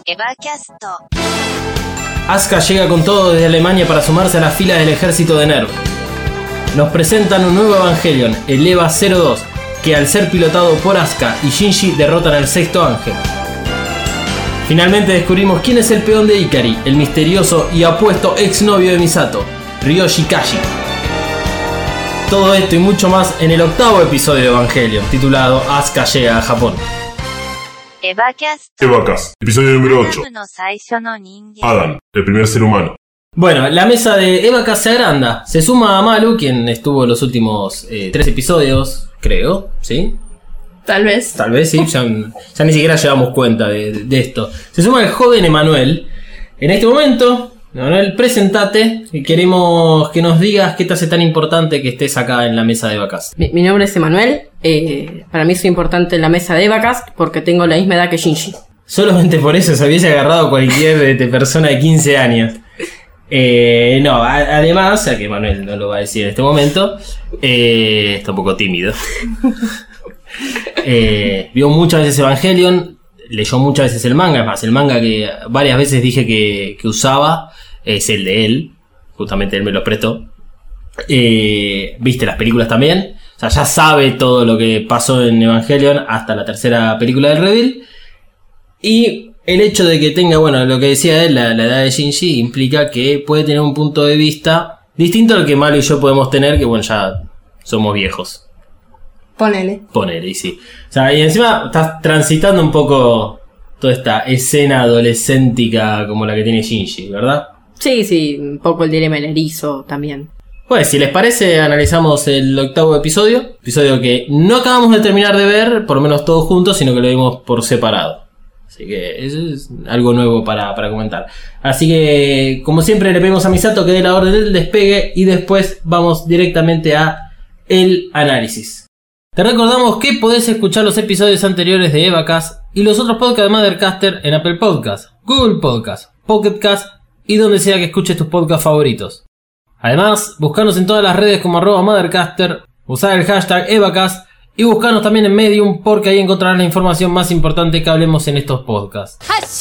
EVAcast. Asuka llega con todo desde Alemania para sumarse a las filas del ejército de NERV. Nos presentan un nuevo Evangelion, el EVA 02, que al ser pilotado por Asuka y Shinji derrotan al sexto ángel. Finalmente descubrimos quién es el peón de Ikari, el misterioso y apuesto exnovio de Misato, Ryoshi Kaji. Todo esto y mucho más en el octavo episodio de Evangelion, titulado Asuka llega a Japón. EVAcast, episodio número 8. Adam, el primer ser humano. Bueno, la mesa de EVAcast se agranda. Se suma a Malu, quien estuvo en los últimos 3 episodios, creo, ¿sí? Tal vez, sí, ya ni siquiera llevamos cuenta de esto. Se suma el joven Emanuel. En este momento, Emanuel, presentate. Queremos que nos digas qué te hace tan importante que estés acá en la mesa de EVAcast. Mi nombre es Emanuel. Para mí es importante en la mesa de EVAcast porque tengo la misma edad que Shinji. Solamente por eso se hubiese agarrado cualquier persona de 15 años. No, además, ya que Emanuel no lo va a decir en este momento, está un poco tímido. Vio muchas veces Evangelion, leyó muchas veces el manga. Es más, el manga que varias veces dije que usaba es el de él. Justamente él me lo prestó. Viste las películas también. O sea, ya sabe todo lo que pasó en Evangelion hasta la tercera película del Reveal. Y el hecho de que tenga, bueno, lo que decía él, la edad de Shinji, implica que puede tener un punto de vista distinto al que Malu y yo podemos tener, que bueno, ya somos viejos. Ponele, y sí. O sea, y encima estás transitando un poco toda esta escena adolescéntica como la que tiene Shinji, ¿verdad? Sí, un poco el dilema del erizo también. Pues, si les parece, analizamos el octavo episodio que no acabamos de terminar de ver, por lo menos todos juntos, sino que lo vimos por separado. Así que eso es algo nuevo para comentar. Así que, como siempre, le pedimos a Misato que dé la orden del despegue y después vamos directamente a el análisis. Te recordamos que podés escuchar los episodios anteriores de EVAcast y los otros podcasts de Mothercaster en Apple Podcasts, Google Podcasts, Pocket Casts y donde sea que escuches tus podcasts favoritos. Además, buscanos en todas las redes como @Mothercaster, usar el hashtag EVAcast y buscanos también en Medium porque ahí encontrarás la información más importante que hablemos en estos podcasts.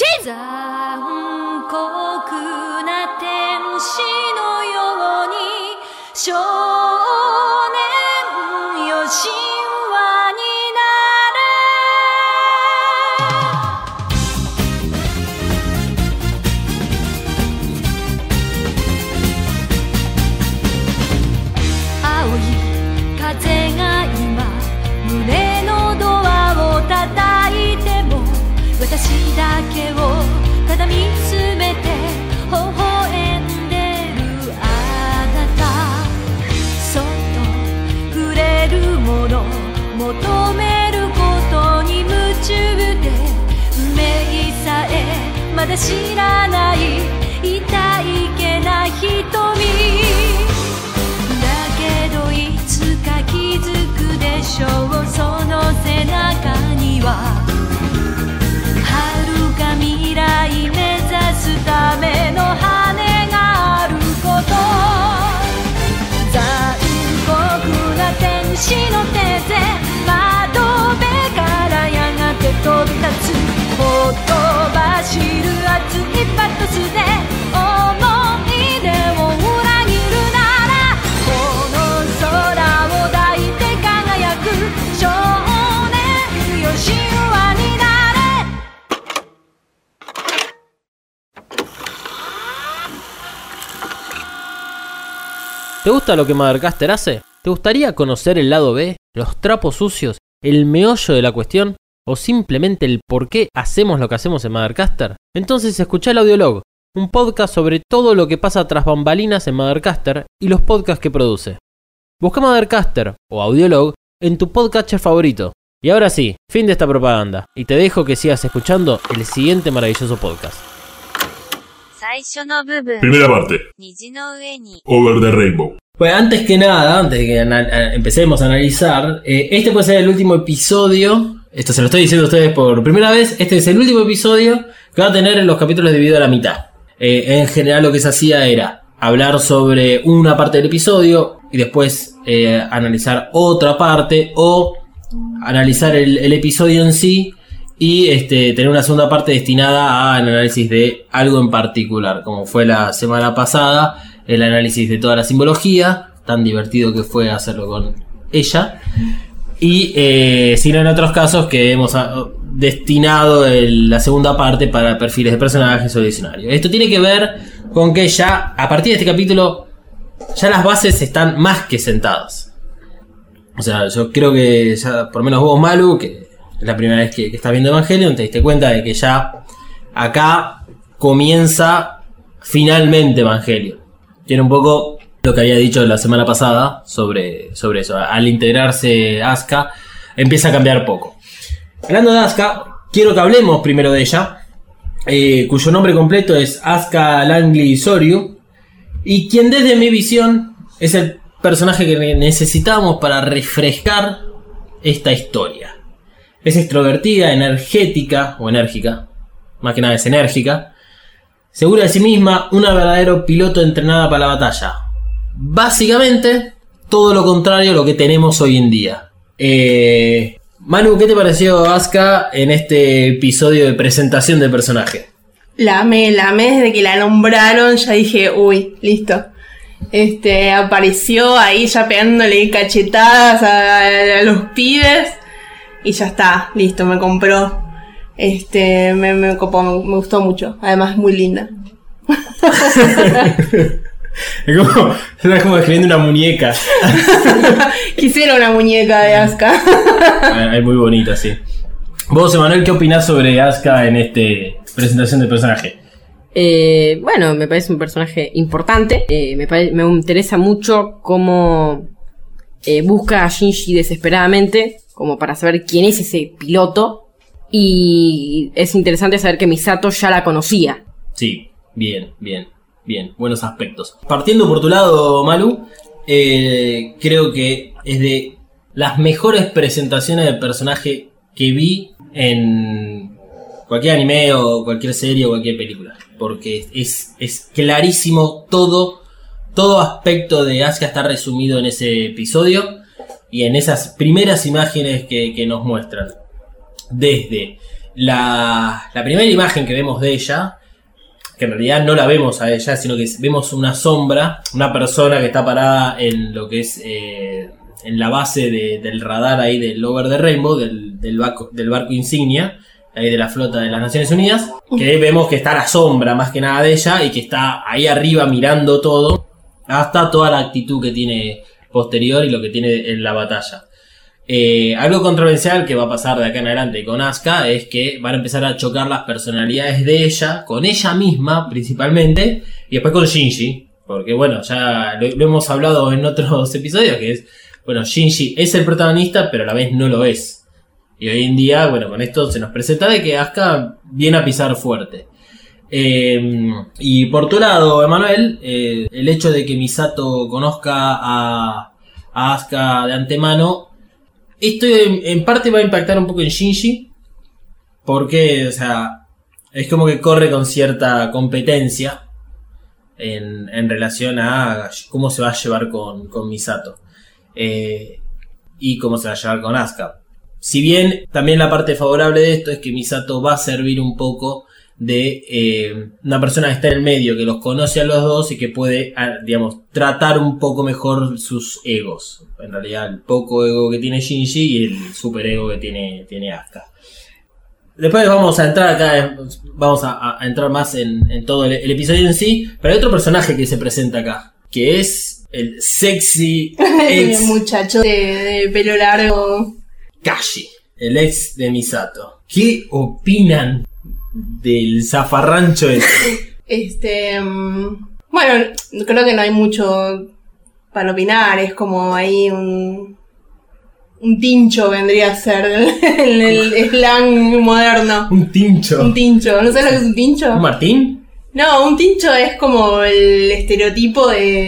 ¿Te gusta lo que Mothercaster hace? ¿Te gustaría conocer el lado B, los trapos sucios, el meollo de la cuestión o simplemente el por qué hacemos lo que hacemos en Mothercaster? Entonces escuchá el Audiolog, un podcast sobre todo lo que pasa tras bambalinas en Mothercaster y los podcasts que produce. Busca Mothercaster o Audiolog en tu podcatcher favorito. Y ahora sí, fin de esta propaganda y te dejo que sigas escuchando el siguiente maravilloso podcast. Primera parte. Over the Rainbow. Pues antes que nada, antes de que empecemos a analizar, este puede ser el último episodio. Esto se lo estoy diciendo a ustedes por primera vez. Este es el último episodio que va a tener en los capítulos dividido a la mitad. En general lo que se hacía era hablar sobre una parte del episodio y después analizar otra parte o analizar el episodio en sí y tener una segunda parte destinada al análisis de algo en particular, como fue la semana pasada, el análisis de toda la simbología, tan divertido que fue hacerlo con ella, y sino en otros casos que hemos destinado la segunda parte para perfiles de personajes o diccionarios. Esto tiene que ver con que ya, a partir de este capítulo, ya las bases están más que sentadas. O sea, yo creo que ya, por lo menos vos, Malu, que es la primera vez que estás viendo Evangelion, te diste cuenta de que ya acá comienza finalmente Evangelion. Tiene un poco lo que había dicho la semana pasada sobre eso. Al integrarse Asuka, empieza a cambiar poco. Hablando de Asuka, quiero que hablemos primero de ella, cuyo nombre completo es Asuka Langley Soryu, y quien desde mi visión es el personaje que necesitamos para refrescar esta historia. Es extrovertida, energética o enérgica, más que nada es enérgica, segura de sí misma, una verdadero piloto entrenada para la batalla. Básicamente todo lo contrario a lo que tenemos hoy en día. Manu, ¿qué te pareció Asuka en este episodio de presentación del personaje? La amé desde que la nombraron, ya dije, uy, listo. Apareció ahí ya pegándole cachetadas a los pibes y ya está, listo, me compró. Me copó, me gustó mucho, además es muy linda. Es como escribiendo una muñeca. Quisiera una muñeca de Asuka. Es muy bonita, sí. Vos, Emanuel, ¿qué opinás sobre Asuka en esta presentación del personaje? Bueno, me parece un personaje importante. Me interesa mucho cómo busca a Shinji desesperadamente, como para saber quién es ese piloto. Y es interesante saber que Misato ya la conocía. Sí, bien. Buenos aspectos. Partiendo por tu lado, Malu, creo que es de las mejores presentaciones de personaje que vi en cualquier anime o cualquier serie o cualquier película. Porque es clarísimo todo aspecto de Asuka está resumido en ese episodio y en esas primeras imágenes que nos muestran. Desde la primera imagen que vemos de ella, que en realidad no la vemos a ella, sino que vemos una sombra, una persona que está parada en lo que es en la base del radar ahí del Over the Rainbow, del barco insignia, ahí de la flota de las Naciones Unidas, que vemos que está a la sombra más que nada de ella y que está ahí arriba mirando todo, hasta toda la actitud que tiene posterior y lo que tiene en la batalla. Algo controversial que va a pasar de acá en adelante con Asuka es que van a empezar a chocar las personalidades de ella, con ella misma principalmente, y después con Shinji, porque bueno, ya lo hemos hablado en otros episodios, que es, bueno, Shinji es el protagonista, pero a la vez no lo es. Y hoy en día, bueno, con esto se nos presenta de que Asuka viene a pisar fuerte. Y por tu lado, Emanuel, el hecho de que Misato conozca a Asuka de antemano, esto en parte va a impactar un poco en Shinji, porque, o sea, es como que corre con cierta competencia en relación a cómo se va a llevar con Misato y cómo se va a llevar con Asuka. Si bien también la parte favorable de esto es que Misato va a servir un poco de una persona que está en el medio, que los conoce a los dos y que puede, digamos, tratar un poco mejor sus egos. En realidad, el poco ego que tiene Shinji y el super ego que tiene Asuka. Después vamos a entrar acá, vamos a entrar más en todo el episodio en sí, pero hay otro personaje que se presenta acá, que es el sexy ex el muchacho de pelo largo, Kashi, el ex de Misato. ¿Qué opinan del zafarrancho ese? Bueno, creo que no hay mucho para opinar, es como ahí un tincho vendría a ser en el slang moderno. Un tincho. ¿No sabes lo que es un tincho? ¿Un Martín? No, un tincho es como el estereotipo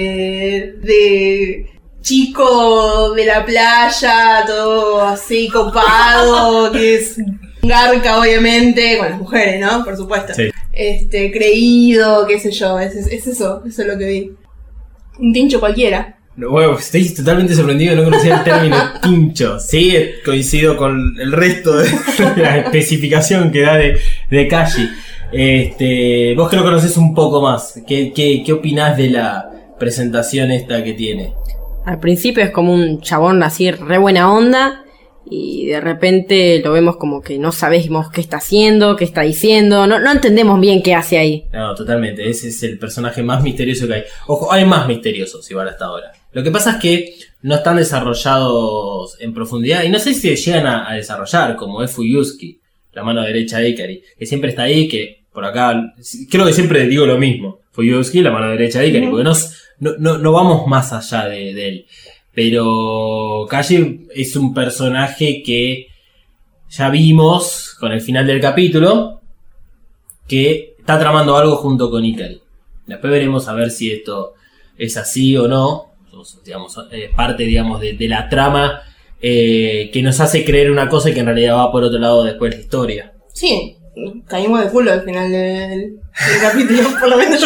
de chico de la playa, todo así copado, que es garca obviamente, con las mujeres, ¿no? Por supuesto. Sí. Creído, qué sé yo, es eso es lo que vi. Un tincho cualquiera. Bueno, estoy totalmente sorprendido, no conocía el término tincho. Sí, coincido con el resto de la especificación que da de Kashi. Vos que lo conocés un poco más, ¿qué opinás de la presentación esta que tiene? Al principio es como un chabón así re buena onda y de repente lo vemos como que no sabemos qué está haciendo, qué está diciendo, no entendemos bien qué hace ahí. No, totalmente, ese es el personaje más misterioso que hay. Ojo, hay más misteriosos igual hasta ahora. Lo que pasa es que no están desarrollados en profundidad y no sé si se llegan a desarrollar, como es Fuyusuki, la mano derecha de Ikari, que siempre está ahí, que por acá, creo que siempre digo lo mismo, Fuyusuki, la mano derecha de Ikari, porque no vamos más allá de él. Pero Kashi es un personaje que ya vimos con el final del capítulo que está tramando algo junto con Ikari. Después veremos a ver si esto es así o no. Digamos, parte digamos de la trama que nos hace creer una cosa y que en realidad va por otro lado después de la historia. Sí, caímos de culo al final del capítulo, por lo menos yo.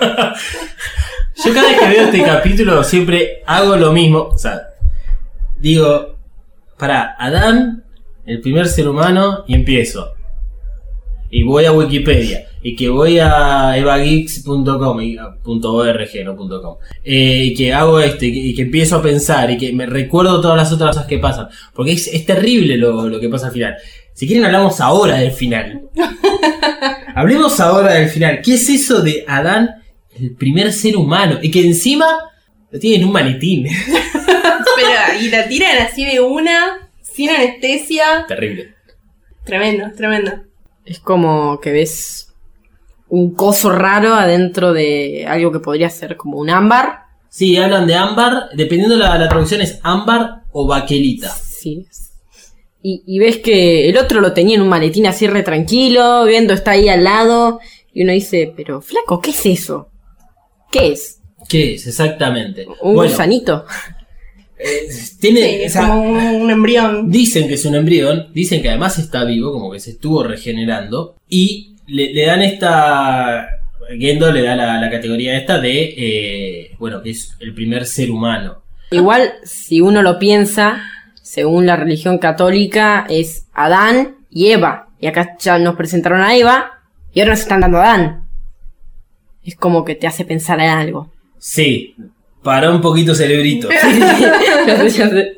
Yo cada vez que veo este capítulo siempre hago lo mismo. O sea, digo, para Adán, el primer ser humano, y empiezo. Y voy a Wikipedia. Y que voy a evageeks.com y .org, no .com. Y que hago y que empiezo a pensar y que me recuerdo todas las otras cosas que pasan. Porque es terrible lo que pasa al final. Si quieren hablamos ahora del final. Hablemos ahora del final. ¿Qué es eso de Adán, el primer ser humano? Y que encima lo tienen en un maletín. Espera, y la tiran así de una, sin anestesia. Terrible. Tremendo. Es como que ves un coso raro adentro de algo que podría ser como un ámbar. Sí, hablan de ámbar, dependiendo la traducción es ámbar o baquelita. Sí. Y ves que el otro lo tenía en un maletín así re tranquilo, viendo, está ahí al lado, y uno dice, pero flaco, ¿qué es eso? ¿Qué es? ¿Qué es exactamente? ¿Un gusanito? Sí, es como un embrión. Dicen que es un embrión, dicen que además está vivo, como que se estuvo regenerando, y le dan esta... Gendo le da la categoría esta de, que es el primer ser humano. Igual, si uno lo piensa, según la religión católica, es Adán y Eva. Y acá ya nos presentaron a Eva, y ahora nos están dando a Adán. Es como que te hace pensar en algo. Sí, para un poquito cerebrito. Ya sé.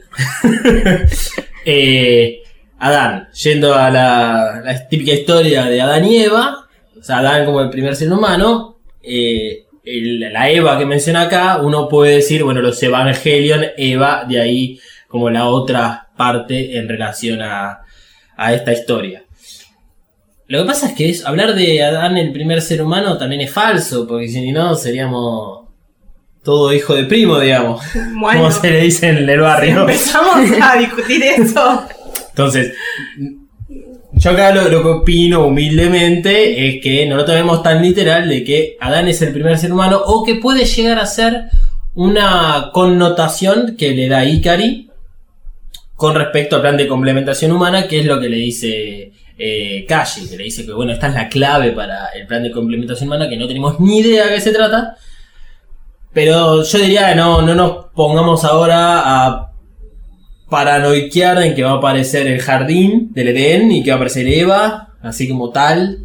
Adán, yendo a la típica historia de Adán y Eva, o sea, Adán como el primer ser humano, la Eva que menciona acá, uno puede decir, bueno, los Evangelion, Eva, de ahí como la otra parte en relación a esta historia. Lo que pasa es que hablar de Adán el primer ser humano también es falso, porque si no seríamos todo hijo de primo, digamos, bueno, como se le dice en el barrio. Empezamos a discutir eso. Entonces, yo acá lo que opino humildemente es que no lo tomemos tan literal de que Adán es el primer ser humano, o que puede llegar a ser una connotación que le da Ikari con respecto al plan de complementación humana, que es lo que le dice Kashi, que le dice que bueno, esta es la clave para el plan de complementación humana, que no tenemos ni idea de qué se trata, pero yo diría que no nos pongamos ahora a paranoiquear en que va a aparecer el jardín del Edén y que va a aparecer Eva, así como tal.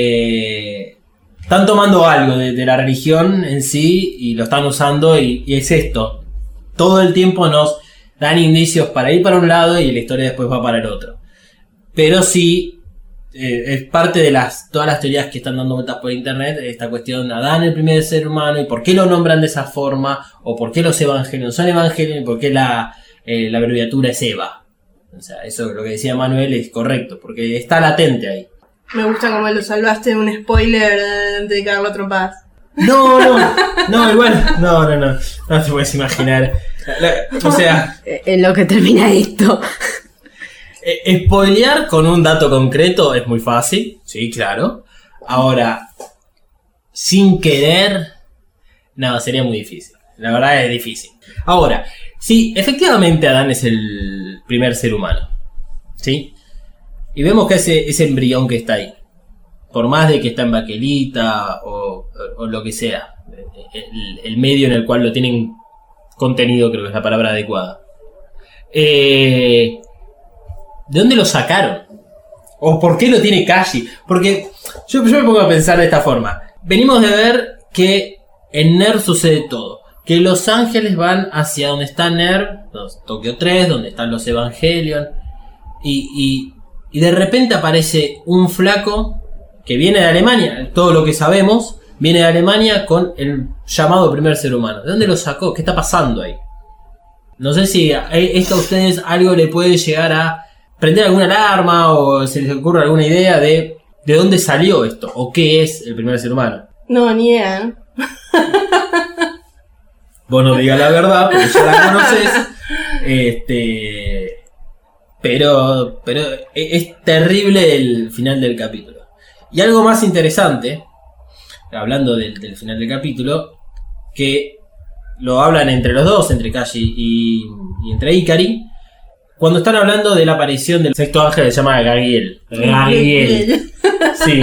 Están tomando algo de la religión en sí y lo están usando, y es esto. Todo el tiempo nos dan indicios para ir para un lado y la historia después va para el otro. Pero sí, es parte de todas las teorías que están dando vueltas por internet, esta cuestión de Adán el primer ser humano, y por qué lo nombran de esa forma, o por qué los evangelios son evangelios, y por qué la abreviatura es Eva. O sea, eso lo que decía Manuel es correcto, porque está latente ahí. Me gusta cómo lo salvaste de un spoiler de cagarlo a trompadas. No, igual, no te puedes imaginar. O sea, en lo que termina esto. Spoilear con un dato concreto es muy fácil, sí, claro. Ahora, sin querer, no, sería muy difícil. La verdad es difícil. Ahora, sí, efectivamente Adán es el primer ser humano, ¿sí? Y vemos que ese embrión que está ahí, por más de que está en baquelita o lo que sea, el medio en el cual lo tienen contenido, creo que es la palabra adecuada. ¿De dónde lo sacaron? ¿O por qué lo tiene Kashi? Porque yo me pongo a pensar de esta forma. Venimos de ver que en NERV sucede todo. Que los ángeles van hacia donde está NERV, Tokio 3, donde están los Evangelion. Y de repente aparece un flaco que viene de Alemania. Todo lo que sabemos viene de Alemania con el llamado primer ser humano. ¿De dónde lo sacó? ¿Qué está pasando ahí? No sé si esto a ustedes algo le puede llegar a prender alguna alarma o se les ocurre alguna idea de dónde salió esto o qué es el primer ser humano. No, ni idea. Vos no digas la verdad porque ya la conoces. Pero es terrible el final del capítulo. Y algo más interesante, hablando del final del capítulo, que lo hablan entre los dos, entre Kashi y entre Ikari, cuando están hablando de la aparición del sexto ángel que se llama Gagiel. Gagiel. Sí.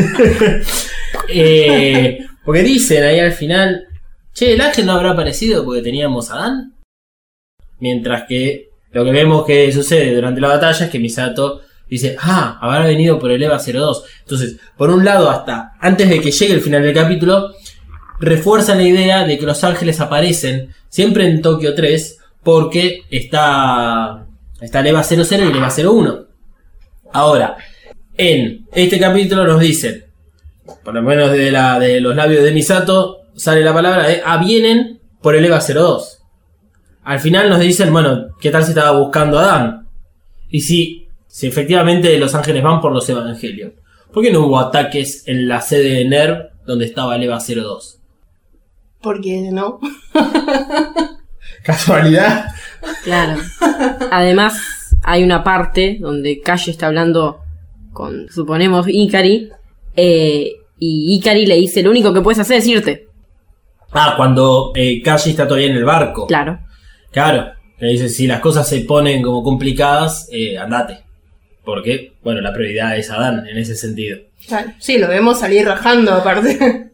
Porque dicen ahí al final, che, el ángel no habrá aparecido porque teníamos a Adán. Mientras que lo que vemos que sucede durante la batalla es que Misato dice, habrá venido por el EVA 02. Entonces, por un lado, hasta antes de que llegue el final del capítulo, refuerza la idea de que los ángeles aparecen siempre en Tokio 3 porque está el EVA 00 y el EVA 01. Ahora, en este capítulo nos dicen, por lo menos de los labios de Misato, sale la palabra de vienen por el EVA 02. Al final nos dicen, bueno, ¿qué tal se estaba buscando a Adán? Y si efectivamente los ángeles van por los Evangelion, ¿por qué no hubo ataques en la sede de NERV donde estaba el EVA 02? Porque no. ¿Casualidad? Claro. Además, hay una parte donde Kashi está hablando con, suponemos, Ikari. Y Ikari le dice, lo único que puedes hacer es irte. Cuando Kashi está todavía en el barco. Claro. Claro. Le dice, si las cosas se ponen como complicadas, andate. Porque, bueno, la prioridad es Adán en ese sentido. Claro. Sí, lo vemos salir rajando aparte.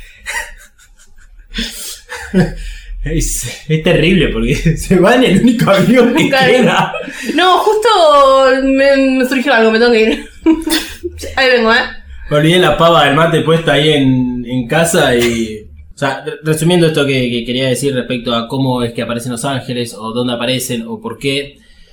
Es terrible porque se va en el único avión que queda. No, justo me surgió algo, me tengo que ir. Ahí vengo, Me olvidé la pava del mate puesta ahí en casa y... O sea, resumiendo esto que quería decir respecto a cómo es que aparecen los ángeles, o dónde aparecen, o por qué,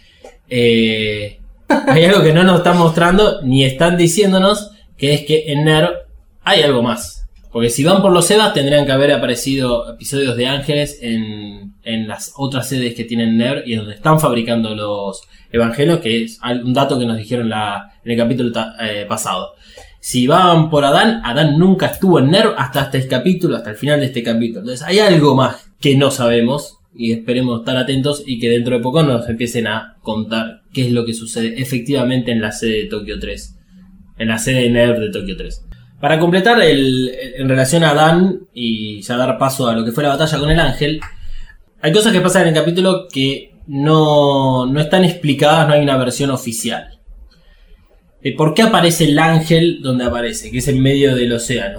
hay algo que no nos están mostrando, ni están diciéndonos, que es que en NERV hay algo más. Porque si van por los EVAs, tendrían que haber aparecido episodios de ángeles en las otras sedes que tienen NERV y en donde están fabricando los evangelios, que es un dato que nos dijeron en el capítulo pasado. Si van por Adán, Adán nunca estuvo en NERV hasta el final de este capítulo. Entonces hay algo más que no sabemos y esperemos estar atentos y que dentro de poco nos empiecen a contar qué es lo que sucede efectivamente en la sede de Tokio 3. En la sede de NERV de Tokio 3. Para completar en relación a Adán y ya dar paso a lo que fue la batalla con el ángel, hay cosas que pasan en el capítulo que no están explicadas, no hay una versión oficial. ¿Por qué aparece el ángel donde aparece? Que es en medio del océano.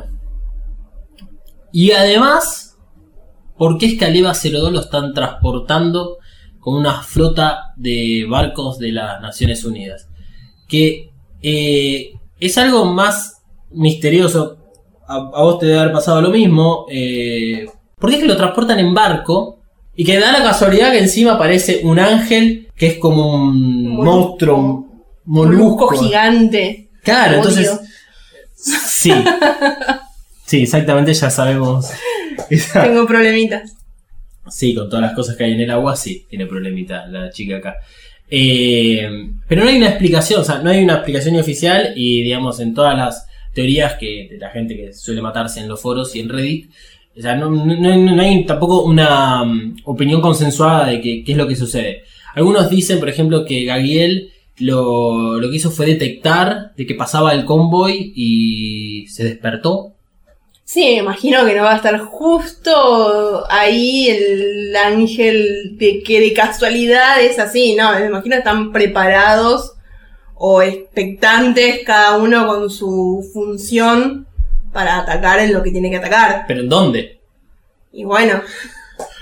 Y además, ¿por qué es que al EVA 02 lo están transportando con una flota de barcos de las Naciones Unidas? Que es algo más misterioso. A vos te debe haber pasado lo mismo. ¿Por qué es que lo transportan en barco? Y que da la casualidad que encima aparece un ángel que es como un monstruo. Molusco gigante. Claro, odio. Entonces. Sí. Sí, exactamente, ya sabemos. Tengo problemitas. Sí, con todas las cosas que hay en el agua, sí, tiene problemitas la chica acá. Pero no hay una explicación, o sea, no hay una explicación oficial y, digamos, en todas las teorías que de la gente que suele matarse en los foros y en Reddit, o sea, no hay tampoco una opinión consensuada de qué es lo que sucede. Algunos dicen, por ejemplo, que Gagiel lo que hizo fue detectar de que pasaba el convoy y se despertó. Sí, me imagino que no va a estar justo ahí el ángel que de casualidad es así, no, me imagino que están preparados o expectantes cada uno con su función para atacar en lo que tiene que atacar. ¿Pero en dónde? Y bueno,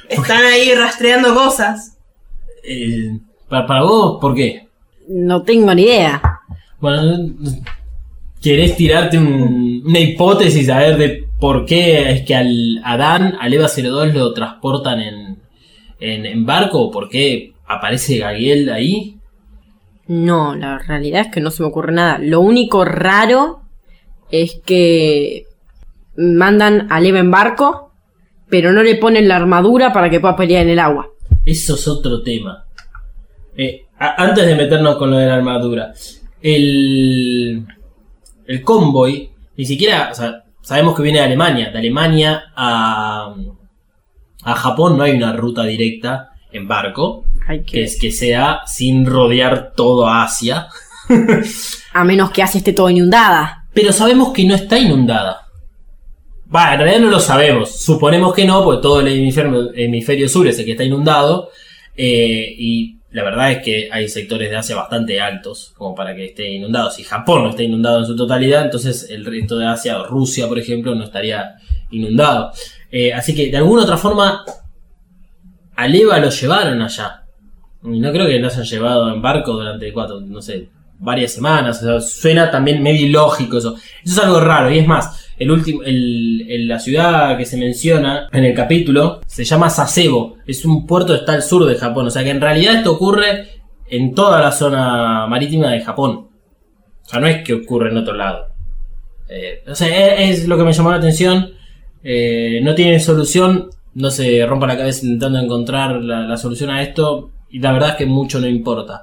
Están ahí rastreando cosas. Para vos, ¿por qué? No tengo ni idea. Bueno, ¿querés tirarte una hipótesis a ver de por qué es que a Dan, al EVA 02 lo transportan en barco? ¿Por qué aparece Gagiel ahí? No, la realidad es que no se me ocurre nada. Lo único raro es que mandan a Eva en barco, pero no le ponen la armadura para que pueda pelear en el agua. Eso es otro tema. Antes de meternos con lo de la armadura, el convoy, ni siquiera, o sea, sabemos que viene de Alemania. De Alemania a Japón no hay una ruta directa en barco, que sea sin rodear todo Asia. A menos que Asia esté todo inundada. Pero sabemos que no está inundada. En realidad no lo sabemos. Suponemos que no, porque todo el hemisferio sur es el que está inundado. Y la verdad es que hay sectores de Asia bastante altos como para que esté inundado. Si Japón no está inundado en su totalidad, entonces el resto de Asia, Rusia por ejemplo, no estaría inundado. Así que de alguna otra forma al EVA lo llevaron allá. Y no creo que lo hayan llevado en barco durante varias semanas. O sea, suena también medio ilógico eso. Eso es algo raro. Y es más, la ciudad que se menciona en el capítulo se llama Sasebo. Es un puerto que está al sur de Japón. O sea que en realidad esto ocurre en toda la zona marítima de Japón. O sea, no es que ocurre en otro lado. O sea, es lo que me llamó la atención. No tiene solución. No se rompa la cabeza intentando encontrar la solución a esto. Y la verdad es que mucho no importa.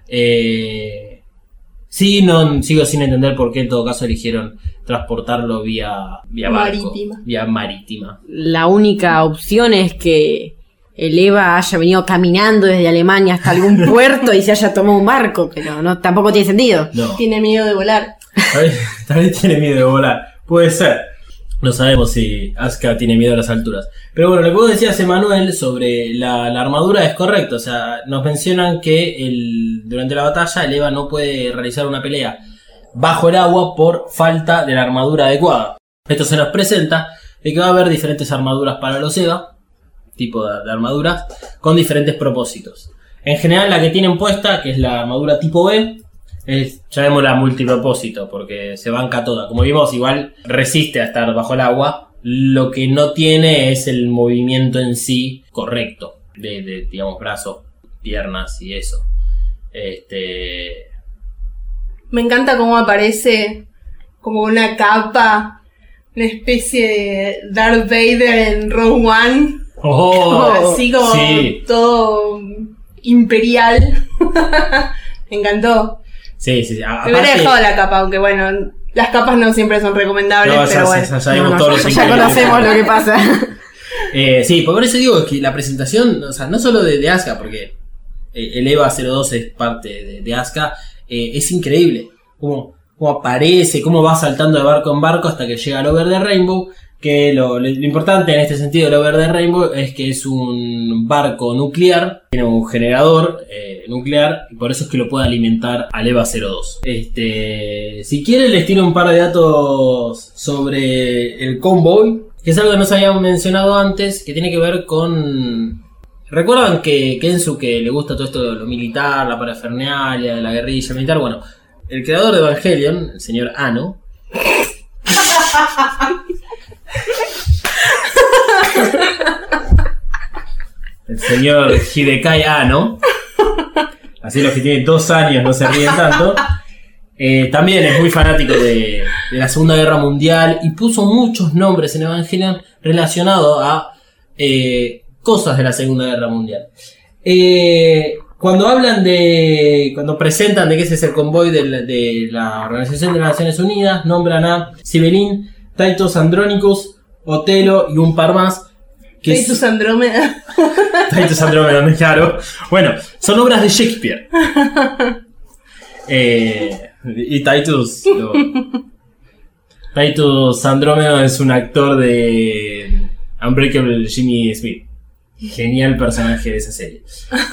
Sí, sigo sin entender por qué en todo caso eligieron transportarlo vía barco, vía marítima. La única opción es que el EVA haya venido caminando desde Alemania hasta algún puerto y se haya tomado un barco, pero no, tampoco tiene sentido. No. Tiene miedo de volar. Tal vez tiene miedo de volar. Puede ser. No sabemos si Asuka tiene miedo a las alturas. Pero bueno, lo que vos decías, Emanuel, sobre la armadura es correcto. O sea, nos mencionan que durante la batalla el EVA no puede realizar una pelea bajo el agua por falta de la armadura adecuada. Esto se nos presenta de que va a haber diferentes armaduras para los EVA, tipo de armaduras, con diferentes propósitos. En general la que tienen puesta, que es la armadura tipo B, llamémosla multipropósito, porque se banca toda. Como vimos, igual resiste a estar bajo el agua. Lo que no tiene es el movimiento en sí correcto de digamos, brazos, piernas y eso. Me encanta cómo aparece como una capa, una especie de Darth Vader en Rogue One. Así como sí. Todo imperial. Me encantó. Sí. Me hubiera dejado la capa, aunque bueno, las capas no siempre son recomendables, pero bueno. Ya conocemos lo que pasa. Sí, por eso digo que la presentación, o sea, no solo de Asuka, porque el EVA 02 es parte de Asuka, es increíble. Cómo aparece, cómo va saltando de barco en barco hasta que llega al Over the Rainbow. Que lo importante en este sentido del Over the Rainbow es que es un barco nuclear, tiene un generador nuclear, y por eso es que lo puede alimentar al EVA 02. Si quieren les tiro un par de datos sobre el convoy, que es algo que no se había mencionado antes, que tiene que ver con... ¿Recuerdan que Kensuke le gusta todo esto de lo militar, la parafernalia, de la guerrilla militar? Bueno, el creador de Evangelion, el señor Anno, el señor Hidekai Anno, así los que tienen 2 años no se ríen tanto, también es muy fanático de la Segunda Guerra Mundial y puso muchos nombres en Evangelion relacionados a cosas de la Segunda Guerra Mundial. Cuando presentan de que ese es el convoy de la Organización de las Naciones Unidas, nombran a Sibelin, Titus Andronicus, Otelo y un par más. Titus Andrómeda. Titus Andrómeda, claro. Bueno, son obras de Shakespeare. Y Titus Andrómeda es un actor de Unbreakable Jimmy Smith. Genial personaje de esa serie.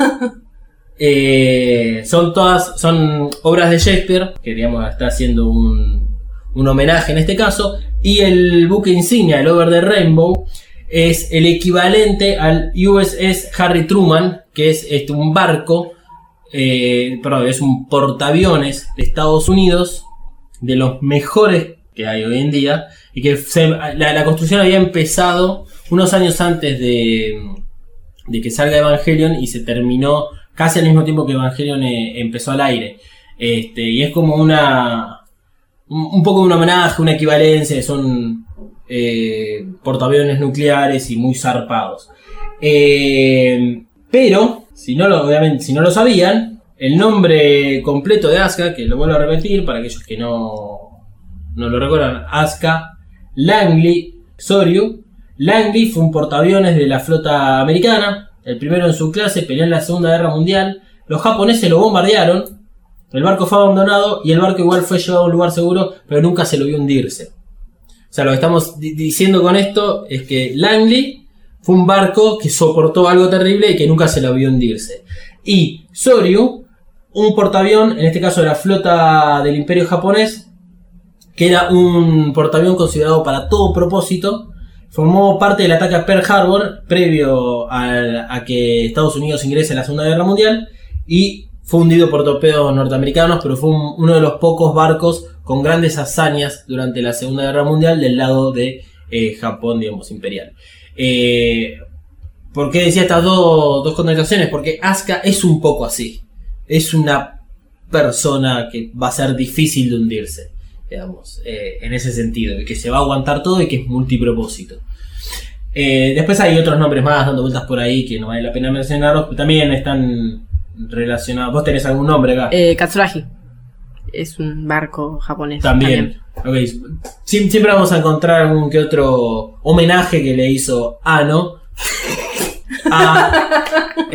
Son obras de Shakespeare, que digamos está haciendo un homenaje en este caso. Y el buque insignia, el Over the Rainbow, es el equivalente al USS Harry Truman, que es un barco, es un portaaviones de Estados Unidos, de los mejores que hay hoy en día, y que la construcción había empezado unos años antes de que salga Evangelion y se terminó casi al mismo tiempo que Evangelion empezó al aire. Y es como un poco un homenaje, una equivalencia, son portaaviones nucleares y muy zarpados. Pero, obviamente, si no lo sabían, el nombre completo de Asuka, que lo vuelvo a repetir para aquellos que no lo recuerdan, Asuka Langley Soryu. Langley fue un portaaviones de la flota americana, el primero en su clase, peleó en la Segunda Guerra Mundial. Los japoneses lo bombardearon, el barco fue abandonado y el barco igual fue llevado a un lugar seguro, pero nunca se lo vio hundirse. O sea, lo que estamos diciendo con esto es que Langley fue un barco que soportó algo terrible y que nunca se lo vio hundirse. Y Soryu, un portaavión, en este caso de la flota del Imperio japonés, que era un portaavión considerado para todo propósito, formó parte del ataque a Pearl Harbor previo a que Estados Unidos ingrese en la Segunda Guerra Mundial y fue hundido por torpedos norteamericanos, pero fue uno de los pocos barcos con grandes hazañas durante la Segunda Guerra Mundial del lado de Japón, digamos, imperial. ¿Por qué decía estas dos connotaciones? Porque Asuka es un poco así. Es una persona que va a ser difícil de hundirse, digamos, en ese sentido, que se va a aguantar todo y que es multipropósito. Después hay otros nombres más dando vueltas por ahí que no vale la pena mencionarlos, pero también están relacionados. ¿Vos tenés algún nombre acá? Katsuragi. Es un barco japonés. También. Okay. Siempre vamos a encontrar algún que otro homenaje que le hizo Ano a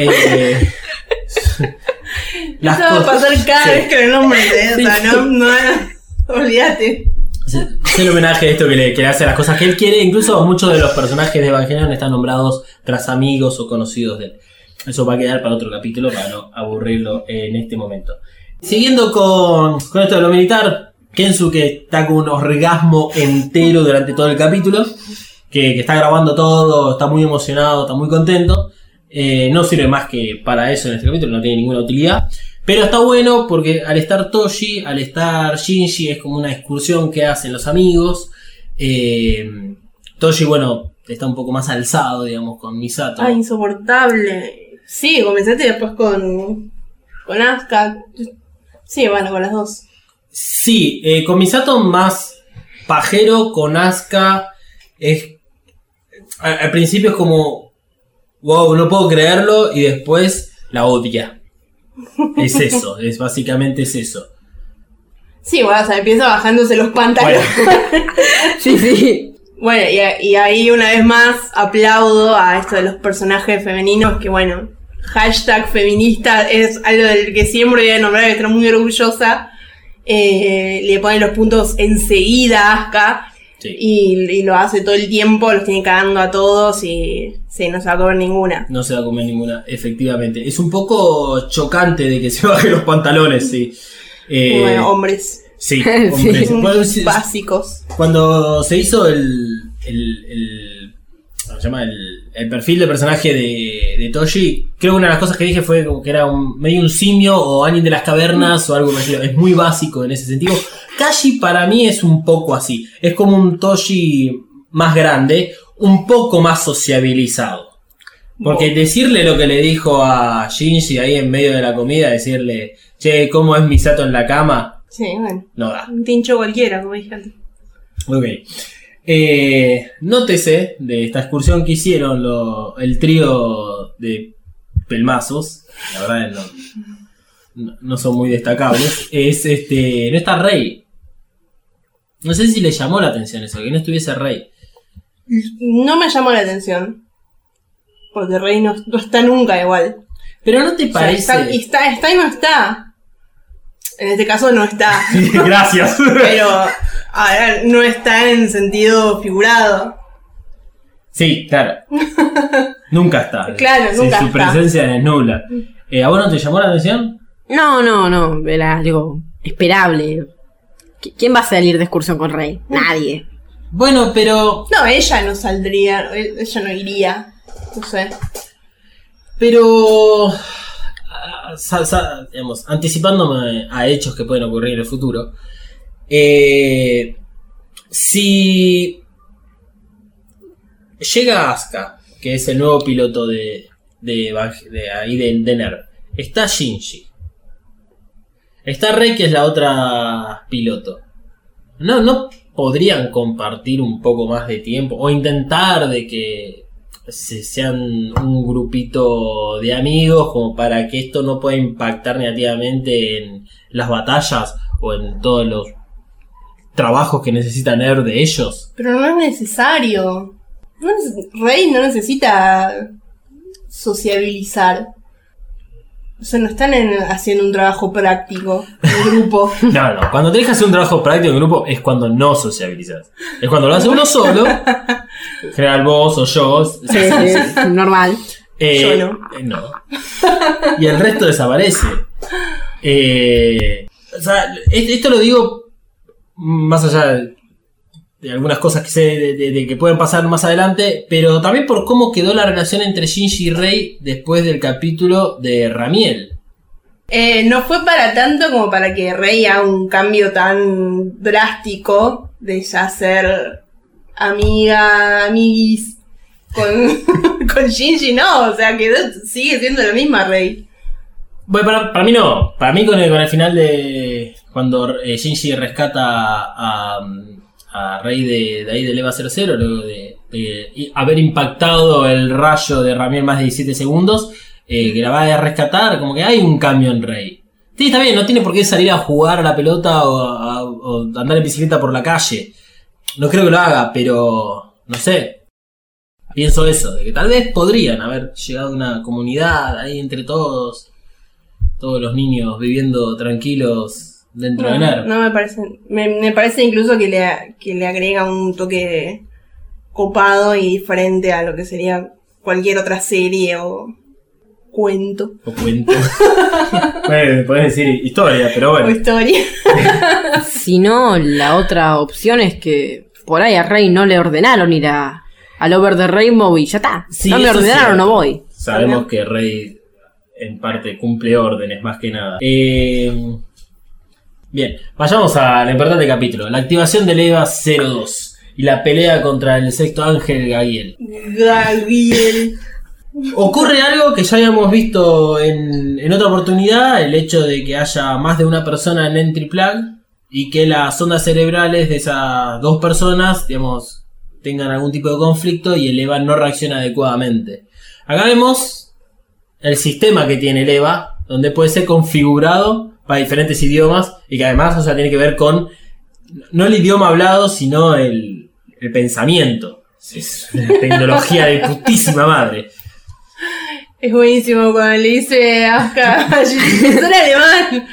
Eso va a pasar cada vez que el nombre de esa, no, olvídate. Es el homenaje de esto que le hace las cosas que él quiere. Incluso muchos de los personajes de Evangelion están nombrados tras amigos o conocidos de él. Eso va a quedar para otro capítulo, para no aburrirlo en este momento. Siguiendo con esto de lo militar, Kensuke está con un orgasmo entero durante todo el capítulo, que está grabando todo, está muy emocionado, está muy contento. No sirve más que para eso en este capítulo, no tiene ninguna utilidad. Pero está bueno porque al estar Toshi, al estar Shinji, es como una excursión que hacen los amigos. Toshi, bueno, está un poco más alzado, digamos, con Misato. Ah, insoportable. Sí, comenzaste después con Asuka. Sí, bueno, con las dos. Sí, con Misato más pajero, con Asuka es... Al principio es como... Wow, no puedo creerlo, y después la odia. Es eso, básicamente es eso. Sí, bueno, o sea, empieza bajándose los pantalones. Bueno. Sí. Bueno, y ahí una vez más aplaudo a esto de los personajes femeninos, que bueno, #feminista es algo del que siempre voy a nombrar, que estoy muy orgullosa. Le ponen los puntos enseguida a Asuka. Sí. Y lo hace todo el tiempo, los tiene cagando a todos y sí, no se va a comer ninguna. No se va a comer ninguna, efectivamente. Es un poco chocante de que se bajen los pantalones, sí. Bueno, hombres. Sí, hombres. Bueno, básicos. Cuando se hizo el perfil de personaje de Toshi, creo que una de las cosas que dije fue como que era medio un simio o alguien de las cavernas o algo parecido. Es muy básico en ese sentido. Kashi para mí es un poco así. Es como un Toshi más grande, un poco más sociabilizado. Porque decirle lo que le dijo a Shinji ahí en medio de la comida, decirle, che, ¿cómo es Misato en la cama? Sí, bueno. No da. Un tincho cualquiera, como dije antes. Ok. Nótese de esta excursión que hicieron el trío de pelmazos. La verdad no son muy destacables. No está Rei. No sé si le llamó la atención eso, que no estuviese Rei. No me llamó la atención. Porque Rei no está nunca igual. Pero no te parece. O sea, está y no está. En este caso no está. Gracias. Pero, a ver, no está en sentido figurado. Sí, claro. Nunca está. Claro, nunca su está. presencia es nula. ¿A vos no te llamó la atención? No. Era algo esperable. ¿Quién va a salir de excursión con Rei? Nadie. Bueno, pero... No, ella no saldría, ella no iría, no sé. Pero... digamos, anticipándome a hechos que pueden ocurrir en el futuro, si llega Asuka, que es el nuevo piloto de NERV, está Shinji, está Rei, que es la otra piloto, ¿no podrían compartir un poco más de tiempo o intentar de que sean un grupito de amigos como para que esto no pueda impactar negativamente en las batallas o en todos los trabajos que necesitan NERV de ellos? Pero no es necesario. Rey no necesita sociabilizar. O sea, no están haciendo un trabajo práctico en grupo. No, cuando tenés que hacer un trabajo práctico en grupo es cuando no sociabilizas. Es cuando lo hace uno solo, en general vos o yo. Sí, normal. Yo no. No. Y el resto desaparece. O sea, esto lo digo más allá de algunas cosas que sé de que pueden pasar más adelante, pero también por cómo quedó la relación entre Shinji y Rei después del capítulo de Ramiel. No fue para tanto como para que Rei haga un cambio tan drástico de ya ser amiguis con Shinji, no, o sea, que sigue siendo la misma Rei. Bueno, para mí no. Para mí con el final de cuando Shinji rescata a Rei de ahí del EVA 00, luego de haber impactado el rayo de Ramiel más de 17 segundos, que la va a rescatar, como que hay un cambio en Rei. Sí, está bien, no tiene por qué salir a jugar a la pelota o andar en bicicleta por la calle. No creo que lo haga, pero no sé. Pienso eso, de que tal vez podrían haber llegado a una comunidad ahí entre todos los niños viviendo tranquilos dentro de NERV. No me parece. Me parece incluso que le agrega un toque copado y diferente a lo que sería cualquier otra serie o cuento. Bueno, podés decir historia, pero bueno. O historia. Si no, la otra opción es que por ahí a Rey no le ordenaron ir al Over the Rainbow y ya está. Sí, no me ordenaron, no voy. Sabemos que Rey en parte cumple órdenes más que nada. Bien, vayamos al importante capítulo. La activación del EVA 02 y la pelea contra el sexto ángel Gagiel. Ocurre algo que ya habíamos visto en otra oportunidad, el hecho de que haya más de una persona en Entry Plug y que las ondas cerebrales de esas dos personas, digamos, tengan algún tipo de conflicto y el EVA no reacciona adecuadamente. Acá vemos el sistema que tiene el EVA, donde puede ser configurado para diferentes idiomas y que además, o sea, tiene que ver con no el idioma hablado, sino el pensamiento. Es una tecnología de putísima madre. Es buenísimo cuando le dice a Asuka, es en alemán.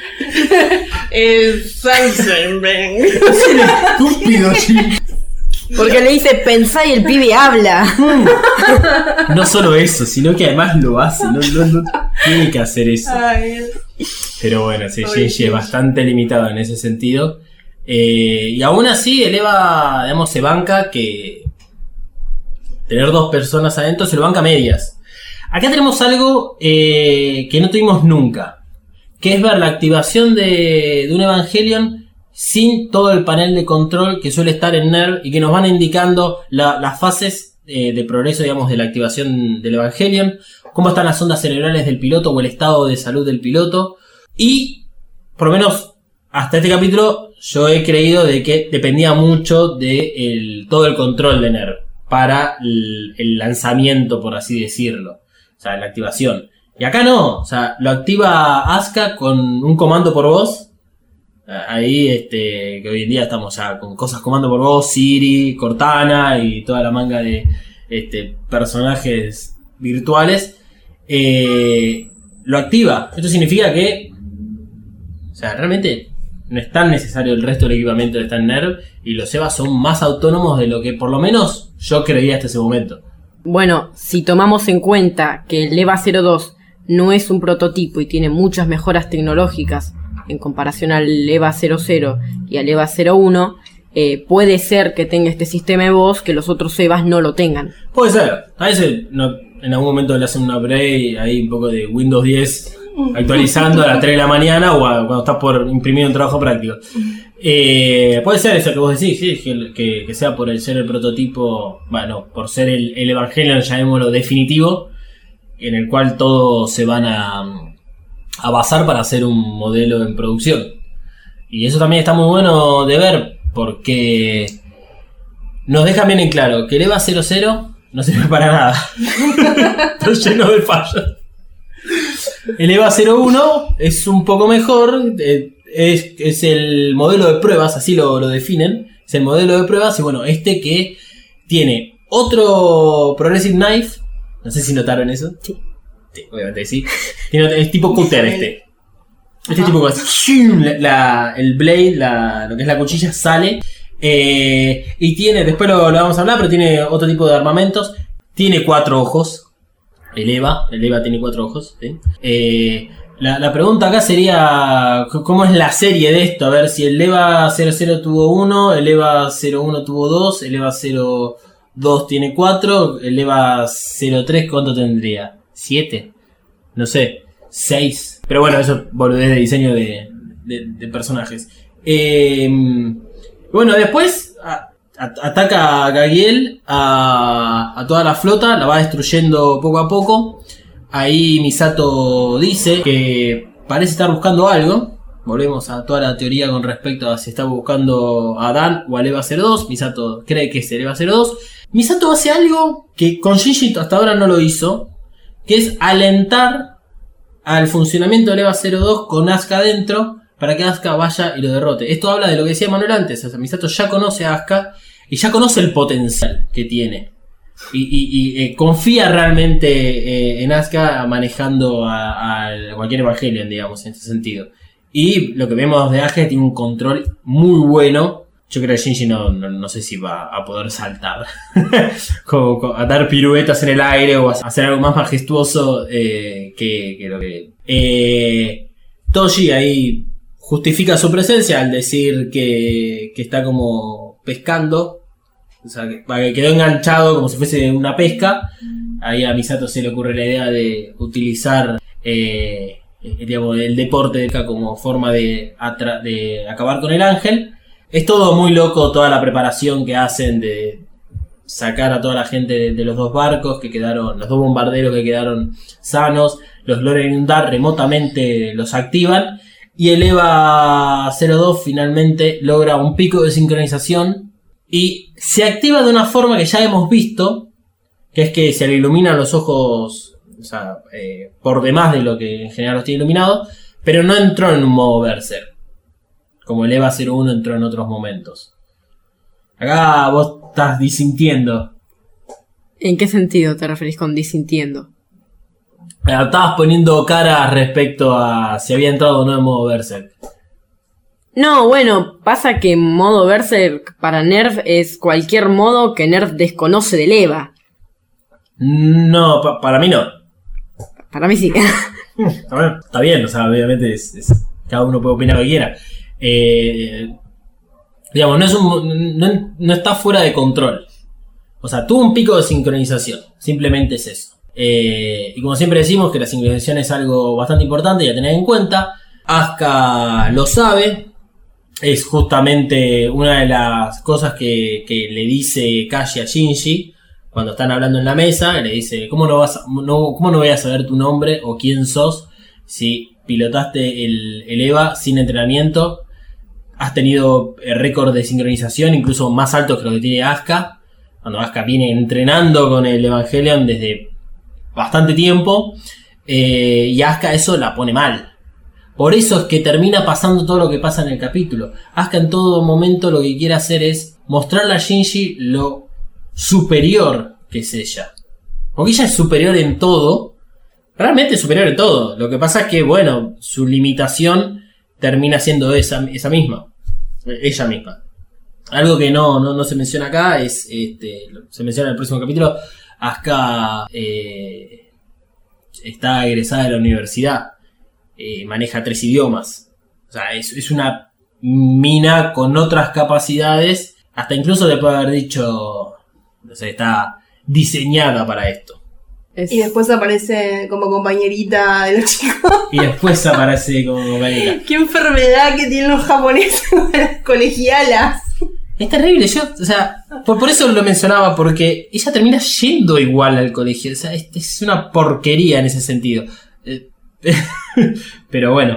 Es el estúpido, porque le dice pensá y el pibe habla. No solo eso, sino que además lo hace. No tiene que hacer eso. Ay. Pero bueno, sí, Shinji es bastante limitado en ese sentido. Y aún así, el EVA, digamos, se banca que tener dos personas adentro se lo banca a medias. Acá tenemos algo que no tuvimos nunca, que es ver la activación de un Evangelion sin todo el panel de control que suele estar en NERV y que nos van indicando las fases de progreso, digamos, de la activación del Evangelion, cómo están las ondas cerebrales del piloto o el estado de salud del piloto. Y por lo menos hasta este capítulo yo he creído de que dependía mucho de todo el control de NERV para el lanzamiento, por así decirlo, o sea, la activación. Y acá no, o sea, lo activa Asuka con un comando por voz. Ahí, que hoy en día estamos ya con cosas comando por voz, Siri, Cortana y toda la manga de personajes virtuales. Lo activa. Esto significa que, o sea, realmente no es tan necesario el resto del equipamiento de esta NERV y los EVA son más autónomos de lo que por lo menos yo creía hasta ese momento. Bueno, si tomamos en cuenta que el EVA 02 no es un prototipo y tiene muchas mejoras tecnológicas en comparación al EVA 00 y al EVA 01, puede ser que tenga este sistema de voz que los otros Evas no lo tengan. Puede ser. A veces en algún momento le hacen un upgrade ahí un poco de Windows 10 actualizando a las 3 de la mañana o cuando estás por imprimir un trabajo práctico. Puede ser eso que vos decís, sí, que sea por ser el prototipo, bueno, por ser el Evangelion, llamémoslo definitivo, en el cual todos se van a basar para hacer un modelo en producción. Y eso también está muy bueno de ver, porque nos deja bien en claro que el EVA 00 no sirve para nada. Está lleno de fallos. El EVA 01 es un poco mejor, es el modelo de pruebas, así lo definen. Es el modelo de pruebas, y bueno, que tiene otro Progressive Knife. No sé si notaron eso. Sí, obviamente sí. Es tipo cutter este. Este tipo que el blade, lo que es la cuchilla, sale. Y tiene, después lo vamos a hablar, pero tiene otro tipo de armamentos. Tiene 4 ojos. El EVA tiene 4 ojos. ¿Sí? La pregunta acá sería: ¿cómo es la serie de esto? A ver, si el EVA 00 tuvo 1, el EVA 01 tuvo 2, el EVA 02 tiene 4, el EVA 03 ¿cuánto tendría? ¿7? No sé, 6. Pero bueno, eso boludez de diseño de personajes. Bueno, después ataca a Gagiel, a toda la flota, la va destruyendo poco a poco. Ahí Misato dice que parece estar buscando algo. Volvemos a toda la teoría con respecto a si está buscando a Dan o al EVA 02. Misato cree que es el EVA 02. Misato hace algo que con Shinji hasta ahora no lo hizo, que es alentar al funcionamiento del EVA 02 con Asuka adentro, para que Asuka vaya y lo derrote. Esto habla de lo que decía Manuel antes. O sea, Misato ya conoce a Asuka y ya conoce el potencial que tiene. Y confía realmente en Asuka manejando a cualquier Evangelion, digamos, en este sentido. Y lo que vemos de Asuka tiene un control muy bueno. Yo creo que Shinji no sé si va a poder saltar a dar piruetas en el aire o a hacer algo más majestuoso que lo que... Toshi ahí justifica su presencia al decir que está como pescando. O sea, que quedó enganchado como si fuese una pesca. Ahí a Misato se le ocurre la idea de utilizar digamos, el deporte como forma de acabar con el ángel. Es todo muy loco, toda la preparación que hacen de sacar a toda la gente de los 2 barcos que quedaron, los 2 bombarderos que quedaron sanos. Los Lorelundar remotamente los activan. Y el EVA 02 finalmente logra un pico de sincronización. Y se activa de una forma que ya hemos visto, que es que se le iluminan los ojos, o sea, por demás de lo que en general los tiene iluminados, pero no entró en un modo Berserk, como el EVA 01 entró en otros momentos. Acá vos estás disintiendo. ¿En qué sentido te referís con disintiendo? Estabas poniendo cara respecto a si había entrado o no en modo Berserk. No, bueno, pasa que modo Berserk para Nerf es cualquier modo que Nerf desconoce del EVA. No, para mí no. Para mí sí. Está bien, o sea, obviamente cada uno puede opinar lo que quiera. Digamos, no está fuera de control. O sea, tuvo un pico de sincronización. Simplemente es eso. Y como siempre decimos que la sincronización es algo bastante importante y a tener en cuenta. Asuka lo sabe. Es justamente una de las cosas que le dice Kashi a Shinji cuando están hablando en la mesa. Le dice: ¿cómo no voy a saber tu nombre o quién sos si pilotaste el EVA sin entrenamiento? Has tenido récord de sincronización incluso más altos que lo que tiene Asuka, cuando Asuka viene entrenando con el Evangelion desde bastante tiempo. Y Asuka eso la pone mal. Por eso es que termina pasando todo lo que pasa en el capítulo. Asuka en todo momento lo que quiere hacer es mostrarle a Shinji lo superior que es ella. Porque ella es superior en todo. Realmente es superior en todo. Lo que pasa es que, bueno, su limitación termina siendo esa misma. Ella misma. Algo que no se menciona acá es... se menciona en el próximo capítulo. Asuka está egresada de la universidad. Maneja 3 idiomas. O sea, es una mina con otras capacidades, hasta incluso le puede haber dicho, no sé, está diseñada para esto. Y después aparece como compañerita de los chicos. Y después aparece como compañerita. Qué enfermedad que tienen los japoneses con las colegialas. Es terrible, o sea, por eso lo mencionaba, porque ella termina yendo igual al colegio. O sea, es una porquería en ese sentido. Pero bueno.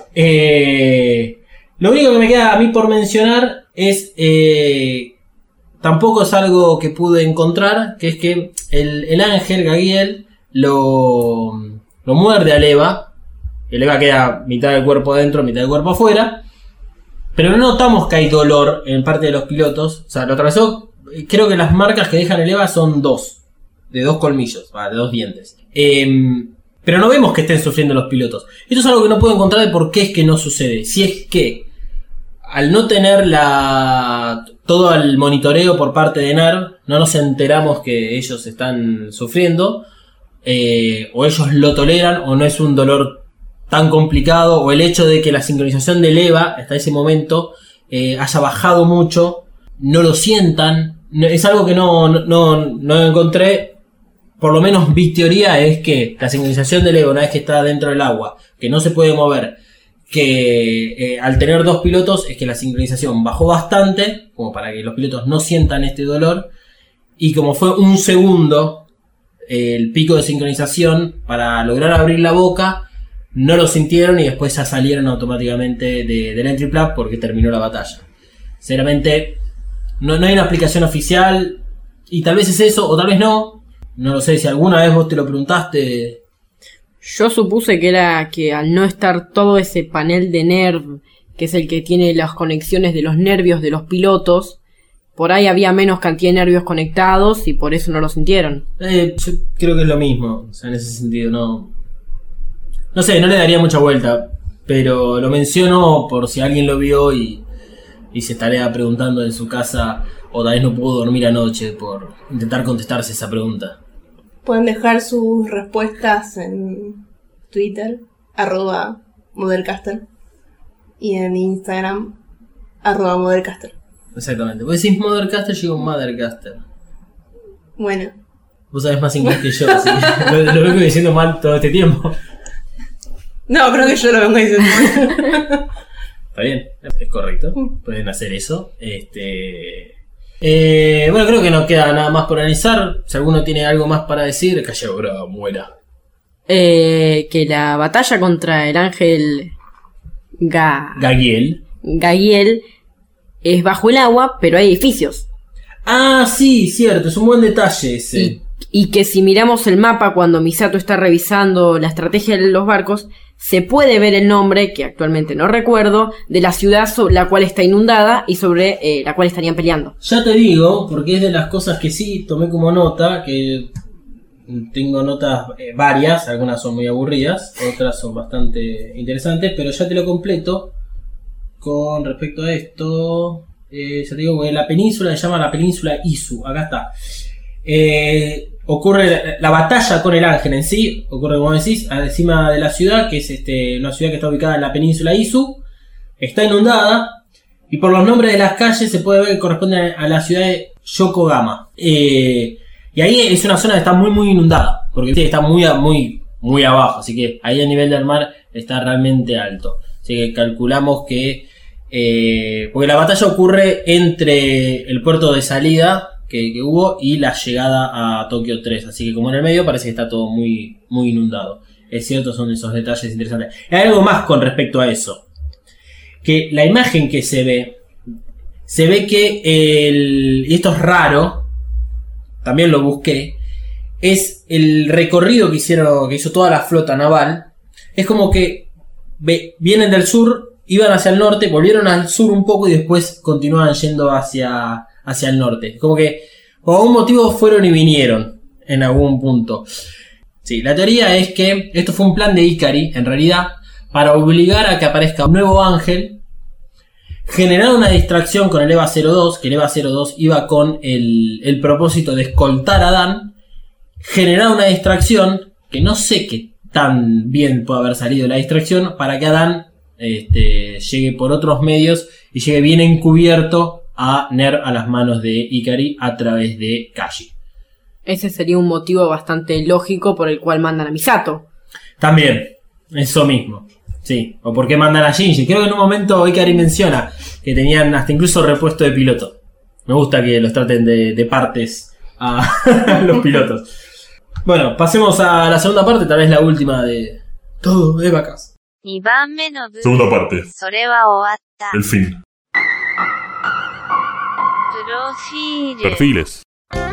Lo único que me queda a mí por mencionar es... tampoco es algo que pude encontrar, que es que el ángel Gagiel lo muerde al Eva. El Eva queda mitad del cuerpo dentro, mitad del cuerpo afuera. Pero no notamos que hay dolor en parte de los pilotos. O sea, lo atravesó. Creo que las marcas que dejan el Eva son de 2 colmillos, de 2 dientes. Pero no vemos que estén sufriendo los pilotos. Esto es algo que no puedo encontrar de por qué es que no sucede. Si es que al no tener todo el monitoreo por parte de NERV, no nos enteramos que ellos están sufriendo, o ellos lo toleran, o no es un dolor tan complicado, o el hecho de que la sincronización del EVA hasta ese momento haya bajado mucho, no lo sientan. Es algo que no encontré. Por lo menos mi teoría es que la sincronización del EVA, una vez que está dentro del agua, que no se puede mover, que al tener 2 pilotos es que la sincronización bajó bastante, como para que los pilotos no sientan este dolor, y como fue 1 segundo el pico de sincronización para lograr abrir la boca, no lo sintieron y después ya salieron automáticamente del entry plug porque terminó la batalla. Sinceramente no hay una explicación oficial, y tal vez es eso o tal vez no lo sé. Si alguna vez vos te lo preguntaste. Yo supuse que era que al no estar todo ese panel de NERV, que es el que tiene las conexiones de los nervios de los pilotos, por ahí había menos cantidad de nervios conectados y por eso no lo sintieron. Yo creo que es lo mismo, o sea, en ese sentido no sé, no le daría mucha vuelta, pero lo menciono por si alguien lo vio y se estaría preguntando en su casa, o tal vez no pudo dormir anoche por intentar contestarse esa pregunta. Pueden dejar sus respuestas en Twitter, @Modelcaster, y en Instagram, @Modelcaster. Exactamente. Vos decís Mothercaster, yo digo Mothercaster. Bueno. Vos sabés más inglés que yo, así que lo vengo diciendo mal todo este tiempo. No, creo que yo lo vengo diciendo mal. Está bien, es correcto. Pueden hacer eso. Bueno, creo que no queda nada más por analizar. Si alguno tiene algo más para decir, que ahora muera. Que la batalla contra el ángel Gagiel es bajo el agua, pero hay edificios. Ah, sí, cierto, es un buen detalle ese. Y que si miramos el mapa cuando Misato está revisando la estrategia de los barcos, se puede ver el nombre, que actualmente no recuerdo, de la ciudad sobre la cual está inundada y sobre la cual estarían peleando. Ya te digo, porque es de las cosas que sí tomé como nota, que tengo notas varias, algunas son muy aburridas, otras son bastante interesantes, pero ya te lo completo con respecto a esto. Ya te digo, la península se llama la península Izu, acá está. Ocurre la batalla con el ángel en sí, ocurre como decís, encima de la ciudad, que es una ciudad que está ubicada en la península Izu, está inundada, y por los nombres de las calles se puede ver que corresponde a la ciudad de Yokohama. Y ahí es una zona que está muy inundada, porque está muy abajo, así que ahí el nivel del mar está realmente alto. Así que calculamos que porque la batalla ocurre entre el puerto de salida que hubo y la llegada a Tokio 3, así que como en el medio parece que está todo muy inundado. Es cierto, son esos detalles interesantes. Hay algo más con respecto a eso, que la imagen que se ve que y esto es raro, también lo busqué, es el recorrido que hizo toda la flota naval. Es como que vienen del sur, iban hacia el norte, volvieron al sur un poco y después continuaban yendo hacia el norte. Como que por algún motivo fueron y vinieron en algún punto. Sí, la teoría es que esto fue un plan de Ikari, en realidad, para obligar a que aparezca un nuevo ángel, generar una distracción con el EVA 02, que el EVA 02 iba con el propósito de escoltar a Dan, generar una distracción, que no sé qué tan bien puede haber salido la distracción, para que Adán llegue por otros medios y llegue bien encubierto a NERV a las manos de Ikari a través de Kaji. Ese sería un motivo bastante lógico por el cual mandan a Misato. También, eso mismo. Sí, o por qué mandan a Shinji. Creo que en un momento Ikari menciona que tenían hasta incluso repuesto de piloto. Me gusta que los traten de partes a los pilotos. Bueno, pasemos a la segunda parte, tal vez la última de todo de vacas. Segunda parte. El fin. Perfiles.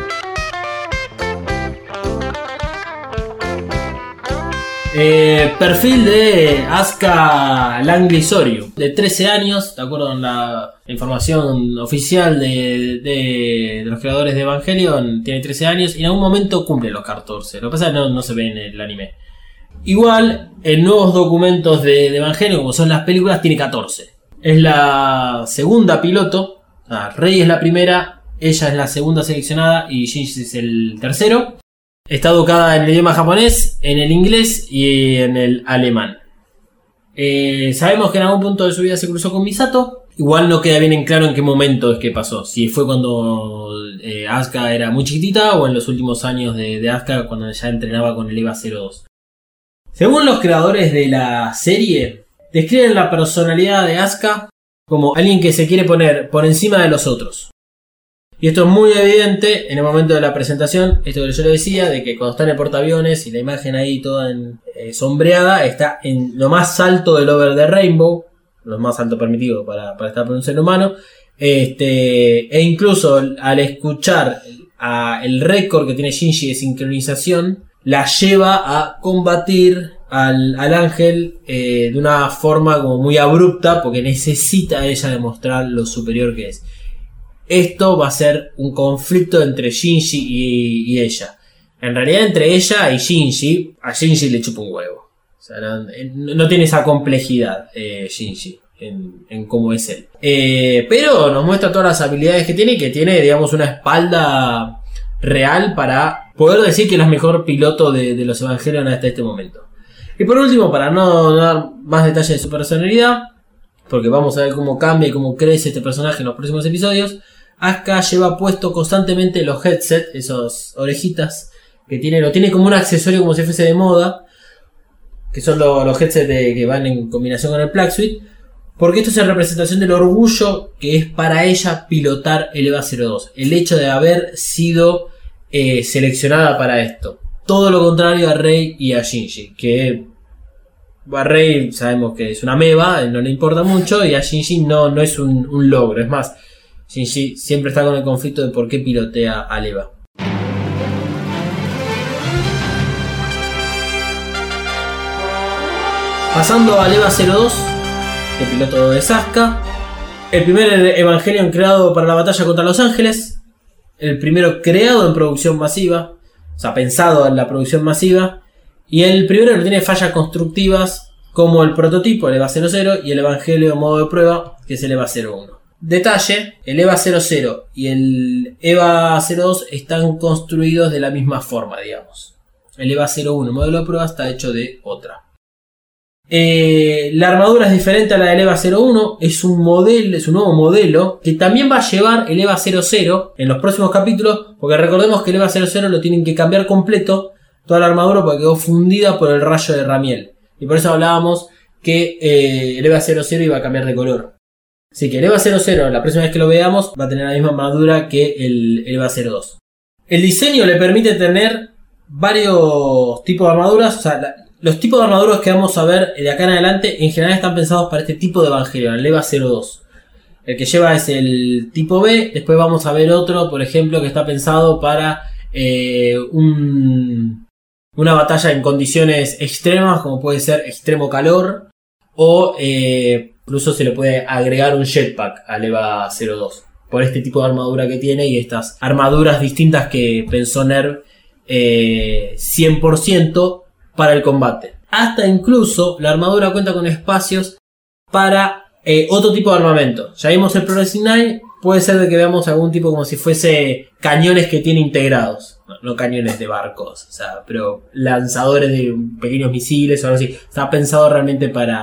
Perfil de Asuka Langley Soryu, de 13 años, de acuerdo con la información oficial de los creadores de Evangelion, tiene 13 años y en algún momento cumple los 14. Lo que pasa es que no se ve en el anime. Igual, en nuevos documentos de Evangelion, como son las películas, tiene 14. Es la segunda piloto, Rei es la primera, ella es la segunda seleccionada y Shinji es el tercero. Está educada en el idioma japonés, en el inglés y en el alemán. Sabemos que en algún punto de su vida se cruzó con Misato. Igual no queda bien en claro en qué momento es que pasó. Si fue cuando Asuka era muy chiquitita o en los últimos años de Asuka cuando ya entrenaba con el EVA 02. Según los creadores de la serie, describen la personalidad de Asuka como alguien que se quiere poner por encima de los otros. Y esto es muy evidente en el momento de la presentación, esto que yo le decía, de que cuando está en el portaaviones y la imagen ahí toda sombreada, está en lo más alto del Over the Rainbow, lo más alto permitido para estar por un ser humano, e incluso al escuchar el récord que tiene Shinji de sincronización, la lleva a combatir al ángel de una forma como muy abrupta, porque necesita ella demostrar lo superior que es. Esto va a ser un conflicto entre Shinji y ella. En realidad entre ella y Shinji, a Shinji le chupa un huevo. O sea, no tiene esa complejidad Shinji en cómo es él. Pero nos muestra todas las habilidades que tiene y que tiene, digamos, una espalda real para poder decir que es la mejor piloto de los Evangelion hasta este momento. Y por último, para no dar más detalles de su personalidad, porque vamos a ver cómo cambia y cómo crece este personaje en los próximos episodios, Asuka lleva puesto constantemente los headsets, esas orejitas que tiene, lo tiene como un accesorio como si fuese de moda, que son los headsets que van en combinación con el Plug Suite, porque esto es en representación del orgullo que es para ella pilotar el EVA 02, el hecho de haber sido seleccionada para esto. Todo lo contrario a Rei y a Shinji, que a Rei sabemos que es una meba, no le importa mucho, y a Shinji no es un logro, es más, Shinji siempre está con el conflicto de por qué pilotea al EVA. Pasando al EVA 02, el piloto de Asuka, el primer Evangelion creado para la batalla contra Los Ángeles, el primero creado en producción masiva, o sea, pensado en la producción masiva, y el primero que no tiene fallas constructivas como el prototipo, el EVA 00, y el Evangelion modo de prueba, que es el EVA 01. Detalle, el EVA 00 y el EVA 02 están construidos de la misma forma, digamos. El EVA 01, el modelo de prueba, está hecho de otra. La armadura es diferente a la del EVA 01, es un nuevo modelo que también va a llevar el EVA 00 en los próximos capítulos, porque recordemos que el EVA 00 lo tienen que cambiar completo, toda la armadura, porque quedó fundida por el rayo de Ramiel. Y por eso hablábamos que el EVA 00 iba a cambiar de color. Así que el EVA 00, la próxima vez que lo veamos, va a tener la misma armadura que el EVA 02. El diseño le permite tener varios tipos de armaduras. O sea, los tipos de armaduras que vamos a ver de acá en adelante, en general están pensados para este tipo de Evangelion, el EVA 02. El que lleva es el tipo B. Después vamos a ver otro, por ejemplo, que está pensado para una batalla en condiciones extremas, como puede ser extremo calor, o incluso se le puede agregar un jetpack al EVA 02 por este tipo de armadura que tiene y estas armaduras distintas que pensó NERV 100% para el combate. Hasta incluso la armadura cuenta con espacios para otro tipo de armamento. Ya vimos el Progressive 9, puede ser de que veamos algún tipo como si fuese cañones que tiene integrados. No cañones de barcos, o sea, pero lanzadores de pequeños misiles o algo así. Está pensado realmente para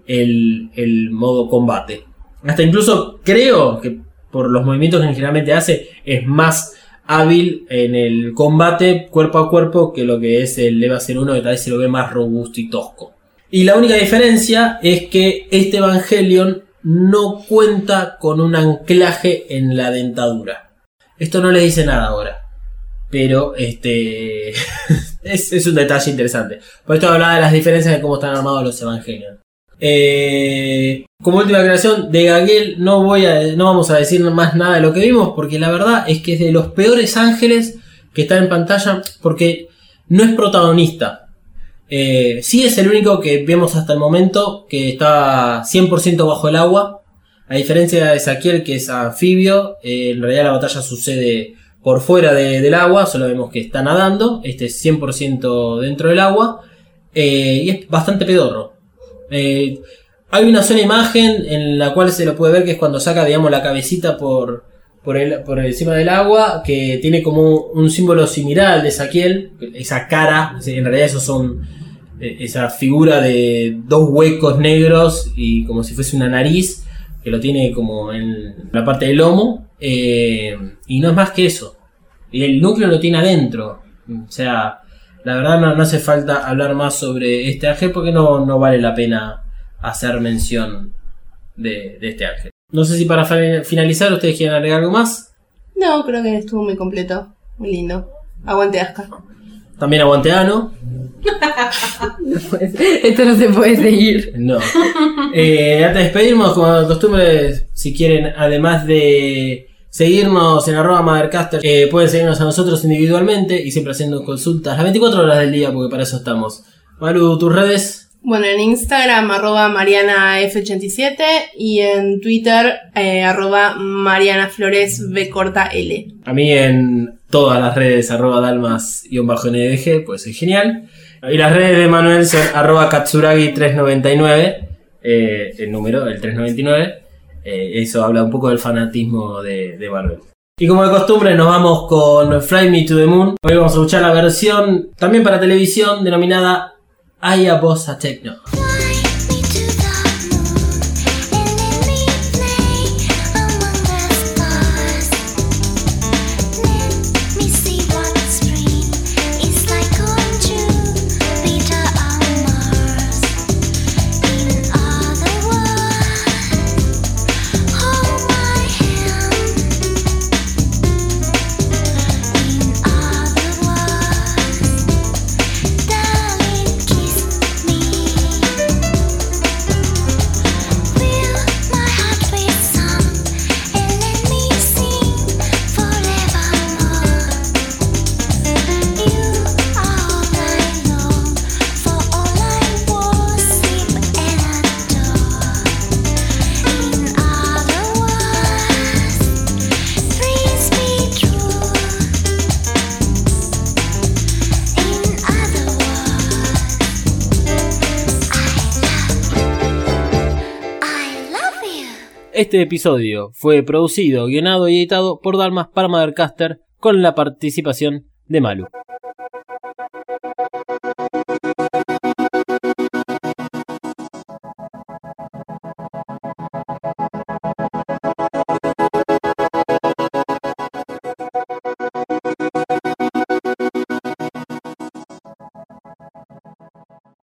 el modo combate. Hasta incluso creo que por los movimientos que generalmente hace es más hábil en el combate cuerpo a cuerpo que lo que es el EVA 01, que tal vez se lo ve más robusto y tosco. Y la única diferencia es que este Evangelion no cuenta con un anclaje en la dentadura. Esto no les dice nada ahora, pero es un detalle interesante. Por esto hablaba de las diferencias de cómo están armados los Evangelion. Como última aclaración, de Gagel no vamos a decir más nada de lo que vimos, porque la verdad es que es de los peores ángeles que están en pantalla, porque no es protagonista. Sí es el único que vemos hasta el momento que está 100% bajo el agua, a diferencia de Ezequiel, que es anfibio. En realidad la batalla sucede por fuera del agua, solo vemos que está nadando. Este es 100% dentro del agua, y es bastante pedorro. Hay una sola imagen en la cual se lo puede ver, que es cuando saca, digamos, la cabecita por encima del agua, que tiene como un símbolo similar al de Ezequiel, esa cara. En realidad esos son esa figura de dos huecos negros y como si fuese una nariz, que lo tiene como en la parte del lomo, y no es más que eso, y el núcleo lo tiene adentro. O sea, la verdad no hace falta hablar más sobre este ángel, porque no vale la pena hacer mención de este ángel. No sé si para finalizar ustedes quieren agregar algo más. No, creo que estuvo muy completo, muy lindo. Aguante Asuka. También aguante Ano. Esto no se puede seguir. No. Antes de despedirnos, como de costumbre, si quieren, además de seguirnos en @Mothercaster, pueden seguirnos a nosotros individualmente y siempre haciendo consultas las 24 horas del día, porque para eso estamos. Malu, tus redes. Bueno, en Instagram @MarianaF87 y en Twitter @MarianaFloresB_L. A mí en todas las redes @Dalmas_NDG, pues es genial. Y las redes de Manuel son @Katsuragi399, el número, el 399. Eso habla un poco del fanatismo de Manuel. Y como de costumbre nos vamos con Fly Me to the Moon. Hoy vamos a escuchar la versión también para televisión denominada Aya Bossa Techno. Este episodio fue producido, guionado y editado por Dalmas para Mothercaster, con la participación de Malu.